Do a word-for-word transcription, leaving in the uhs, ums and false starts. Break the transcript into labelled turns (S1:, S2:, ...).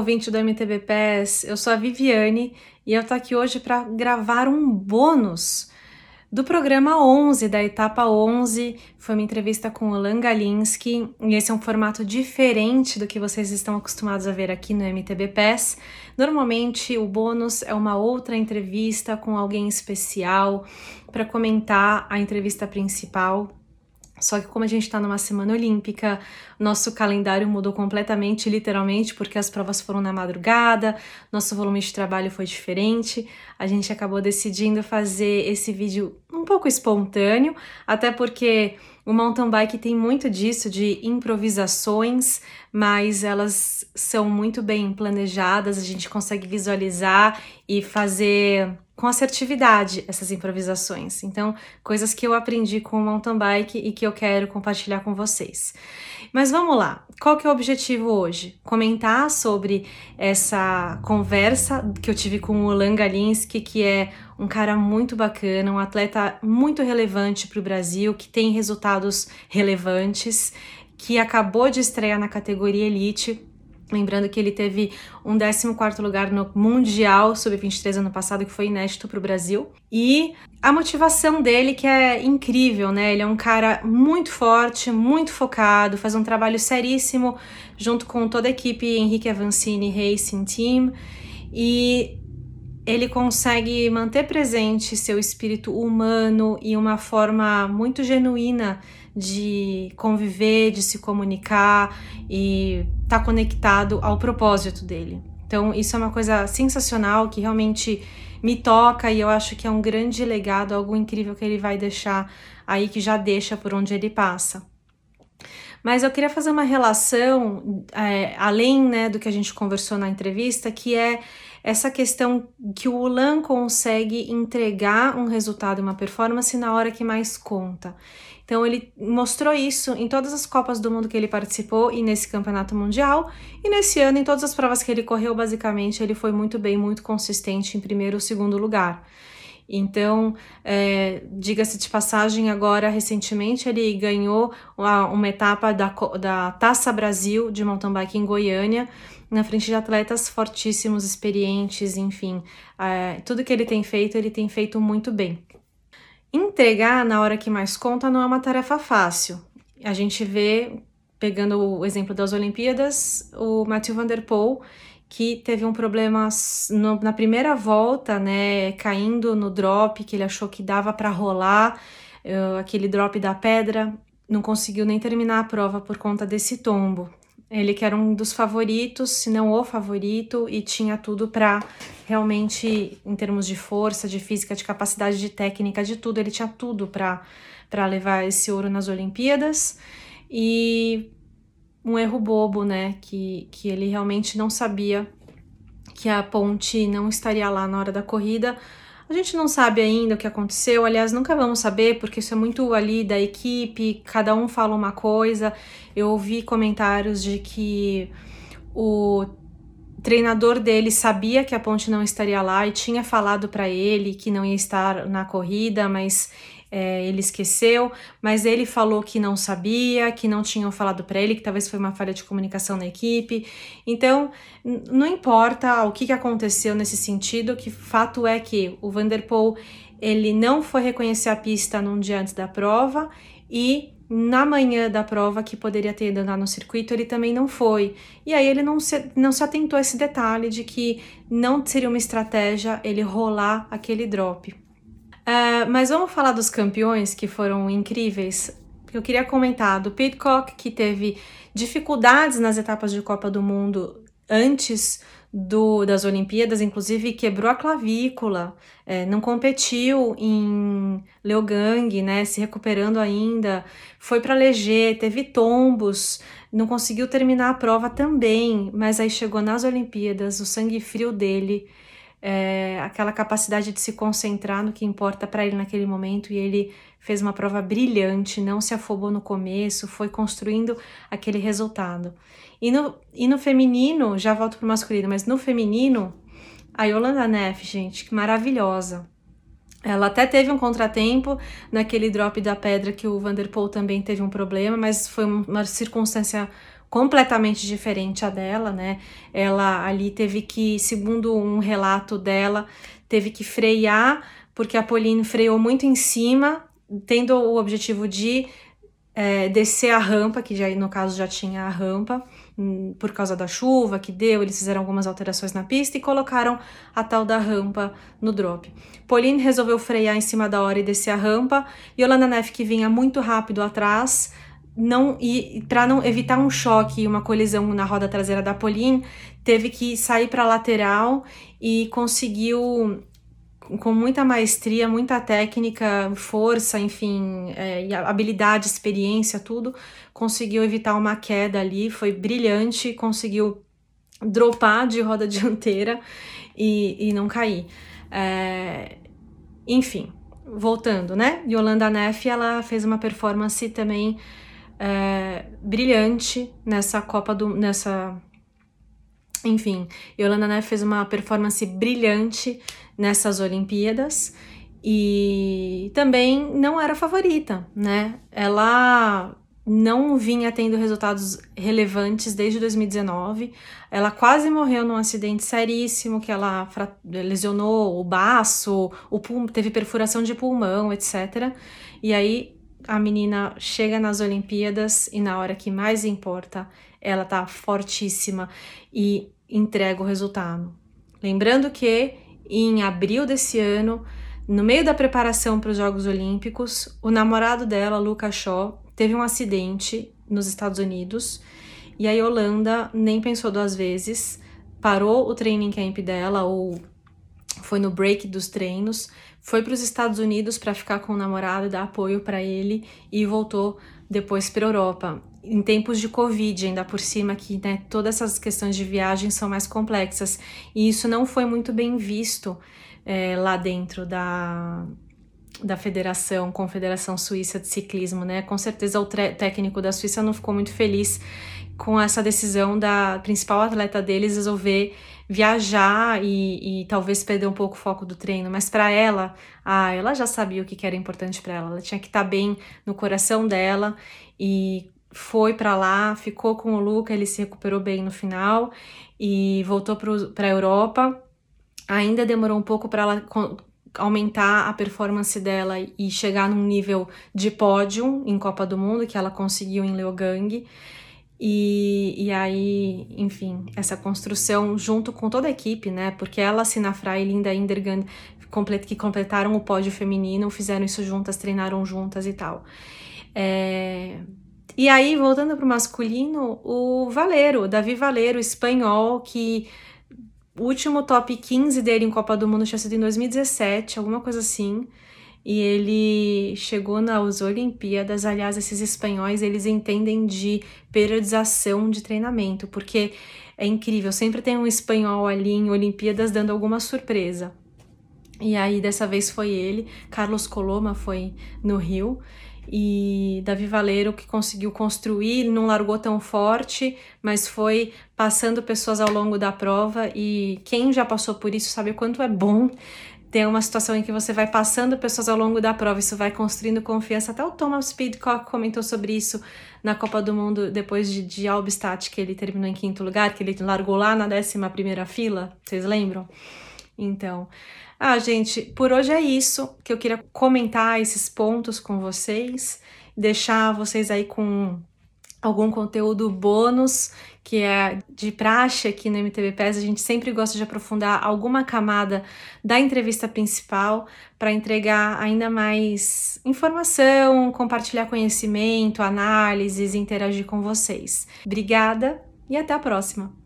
S1: ouvinte do M T B Pass, eu sou a Viviane e eu tô aqui hoje para gravar um bônus do programa onze, da etapa onze. Foi uma entrevista com o Lan Galinski e esse é um formato diferente do que vocês estão acostumados a ver aqui no M T B Pass. Normalmente o bônus é uma outra entrevista com alguém especial para comentar a entrevista principal. Só que como a gente está numa semana olímpica, nosso calendário mudou completamente, literalmente, porque as provas foram na madrugada, nosso volume de trabalho foi diferente, a gente acabou decidindo fazer esse vídeo um pouco espontâneo, até porque o mountain bike tem muito disso, de improvisações, mas elas são muito bem planejadas, a gente consegue visualizar e fazer com assertividade essas improvisações. Então, coisas que eu aprendi com o mountain bike e que eu quero compartilhar com vocês. Mas vamos lá, qual que é o objetivo hoje? Comentar sobre essa conversa que eu tive com o Lan Galinski, que é um cara muito bacana, um atleta muito relevante para o Brasil, que tem resultados relevantes, que acabou de estrear na categoria Elite. Lembrando que ele teve um décimo quarto lugar no Mundial sub vinte e três ano passado, que foi inédito para o Brasil. E a motivação dele, que é incrível, né? Ele é um cara muito forte, muito focado, faz um trabalho seríssimo junto com toda a equipe Henrique Avancini Racing Team. E ele consegue manter presente seu espírito humano e uma forma muito genuína de conviver, de se comunicar e estar tá conectado ao propósito dele. Então isso é uma coisa sensacional que realmente me toca e eu acho que é um grande legado, algo incrível que ele vai deixar aí, que já deixa por onde ele passa. Mas eu queria fazer uma relação, é, além, né, do que a gente conversou na entrevista, que é essa questão que o Lan consegue entregar um resultado, uma performance na hora que mais conta. Então ele mostrou isso em todas as Copas do Mundo que ele participou e nesse Campeonato Mundial, e nesse ano em todas as provas que ele correu, basicamente ele foi muito bem, muito consistente em primeiro ou segundo lugar. Então, é, diga-se de passagem, agora recentemente ele ganhou uma, uma etapa da, da Taça Brasil de mountain bike em Goiânia, na frente de atletas fortíssimos, experientes, enfim, é, tudo que ele tem feito, ele tem feito muito bem. Entregar na hora que mais conta não é uma tarefa fácil. A gente vê, pegando o exemplo das Olimpíadas, o Mathieu van der Poel, que teve um problema no, na primeira volta, né, caindo no drop, que ele achou que dava para rolar, uh, aquele drop da pedra, não conseguiu nem terminar a prova por conta desse tombo. Ele que era um dos favoritos, se não o favorito, e tinha tudo para realmente, em termos de força, de física, de capacidade, de técnica, de tudo, ele tinha tudo para para levar esse ouro nas Olimpíadas. E um erro bobo, né, que, que ele realmente não sabia que a ponte não estaria lá na hora da corrida. A gente não sabe ainda o que aconteceu, aliás, nunca vamos saber, porque isso é muito ali da equipe, cada um fala uma coisa. Eu ouvi comentários de que o treinador dele sabia que a ponte não estaria lá e tinha falado para ele que não ia estar na corrida, mas é, ele esqueceu, mas ele falou que não sabia, que não tinham falado para ele, que talvez foi uma falha de comunicação na equipe. Então, não importa o que, que aconteceu nesse sentido, que fato é que o Van der Poel, ele não foi reconhecer a pista num dia antes da prova e na manhã da prova, que poderia ter ido andar no circuito, ele também não foi. E aí ele não se, não se atentou a esse detalhe de que não seria uma estratégia ele rolar aquele drop. Uh, mas vamos falar dos campeões que foram incríveis. Eu queria comentar do Pidcock, que teve dificuldades nas etapas de Copa do Mundo antes do, das Olimpíadas, inclusive quebrou a clavícula, é, não competiu em Leogang, né, se recuperando ainda, foi para Leger, teve tombos, não conseguiu terminar a prova também, mas aí chegou nas Olimpíadas, o sangue frio dele, É, aquela capacidade de se concentrar no que importa para ele naquele momento, e ele fez uma prova brilhante, não se afobou no começo, foi construindo aquele resultado. E no, e no feminino, já volto pro masculino, mas no feminino, a Yolanda Neff, gente, que maravilhosa. Ela até teve um contratempo naquele drop da pedra que o Van der Poel também teve um problema, mas foi uma circunstância completamente diferente a dela, né? Ela ali teve que, segundo um relato dela, teve que frear, porque a Pauline freou muito em cima, tendo o objetivo de é, descer a rampa, que já, no caso já tinha a rampa, hum, por causa da chuva que deu, eles fizeram algumas alterações na pista e colocaram a tal da rampa no drop. Pauline resolveu frear em cima da hora e descer a rampa, e Yolanda Neff, que vinha muito rápido atrás, não, e para não evitar um choque e uma colisão na roda traseira da Pauline, teve que sair para a lateral e conseguiu, com muita maestria, muita técnica, força, enfim, é, habilidade, experiência, tudo, conseguiu evitar uma queda ali, foi brilhante, conseguiu dropar de roda dianteira e, e não cair. É, enfim, voltando, né? Yolanda Neff, ela fez uma performance também é, brilhante nessa Copa do... nessa... Enfim, Yolanda Neff fez uma performance brilhante nessas Olimpíadas e também não era favorita, né? Ela não vinha tendo resultados relevantes desde dois mil e dezenove. Ela quase morreu num acidente seríssimo, que ela lesionou o baço, o pul- teve perfuração de pulmão, etcétera. E aí a menina chega nas Olimpíadas e na hora que mais importa, ela tá fortíssima e entrega o resultado. Lembrando que em abril desse ano, no meio da preparação para os Jogos Olímpicos, o namorado dela, Lucas Shaw, teve um acidente nos Estados Unidos e a Yolanda nem pensou duas vezes, parou o training camp dela, ou foi no break dos treinos, foi para os Estados Unidos para ficar com o namorado, dar apoio para ele e voltou depois para a Europa. Em tempos de Covid, ainda por cima, que né, todas essas questões de viagem são mais complexas. E isso não foi muito bem visto é, lá dentro da, da Federação, Confederação Suíça de Ciclismo, né? Com certeza o técnico da Suíça não ficou muito feliz com essa decisão da principal atleta deles resolver viajar e, e talvez perder um pouco o foco do treino, mas para ela, ah, ela já sabia o que era importante para ela, ela tinha que estar bem no coração dela e foi para lá, ficou com o Luca, ele se recuperou bem no final e voltou para a Europa. Ainda demorou um pouco para ela aumentar a performance dela e chegar num nível de pódio em Copa do Mundo, que ela conseguiu em Leogang. E, e aí, enfim, essa construção junto com toda a equipe, né? Porque ela, Sina Frey e Linda Indergand, que completaram o pódio feminino, fizeram isso juntas, treinaram juntas e tal. É... E aí, voltando para o masculino, o Valero, Davi Valero, espanhol, que o último top quinze dele em Copa do Mundo tinha sido em dois mil e dezessete, alguma coisa assim. E ele chegou nas Olimpíadas. Aliás, esses espanhóis, eles entendem de periodização de treinamento, porque é incrível, sempre tem um espanhol ali em Olimpíadas dando alguma surpresa. E aí, dessa vez foi ele, Carlos Coloma foi no Rio, e Davi Valero que conseguiu construir, não largou tão forte, mas foi passando pessoas ao longo da prova, e quem já passou por isso sabe o quanto é bom ter uma situação em que você vai passando pessoas ao longo da prova, isso vai construindo confiança. Até o Thomas Pidcock comentou sobre isso na Copa do Mundo, depois de, de Albstadt, que ele terminou em quinto lugar, que ele largou lá na décima primeira fila, vocês lembram? Então, ah, gente, por hoje é isso, que eu queria comentar esses pontos com vocês, deixar vocês aí com algum conteúdo bônus, que é de praxe aqui no M T B Pass. A gente sempre gosta de aprofundar alguma camada da entrevista principal para entregar ainda mais informação, compartilhar conhecimento, análises, interagir com vocês. Obrigada e até a próxima!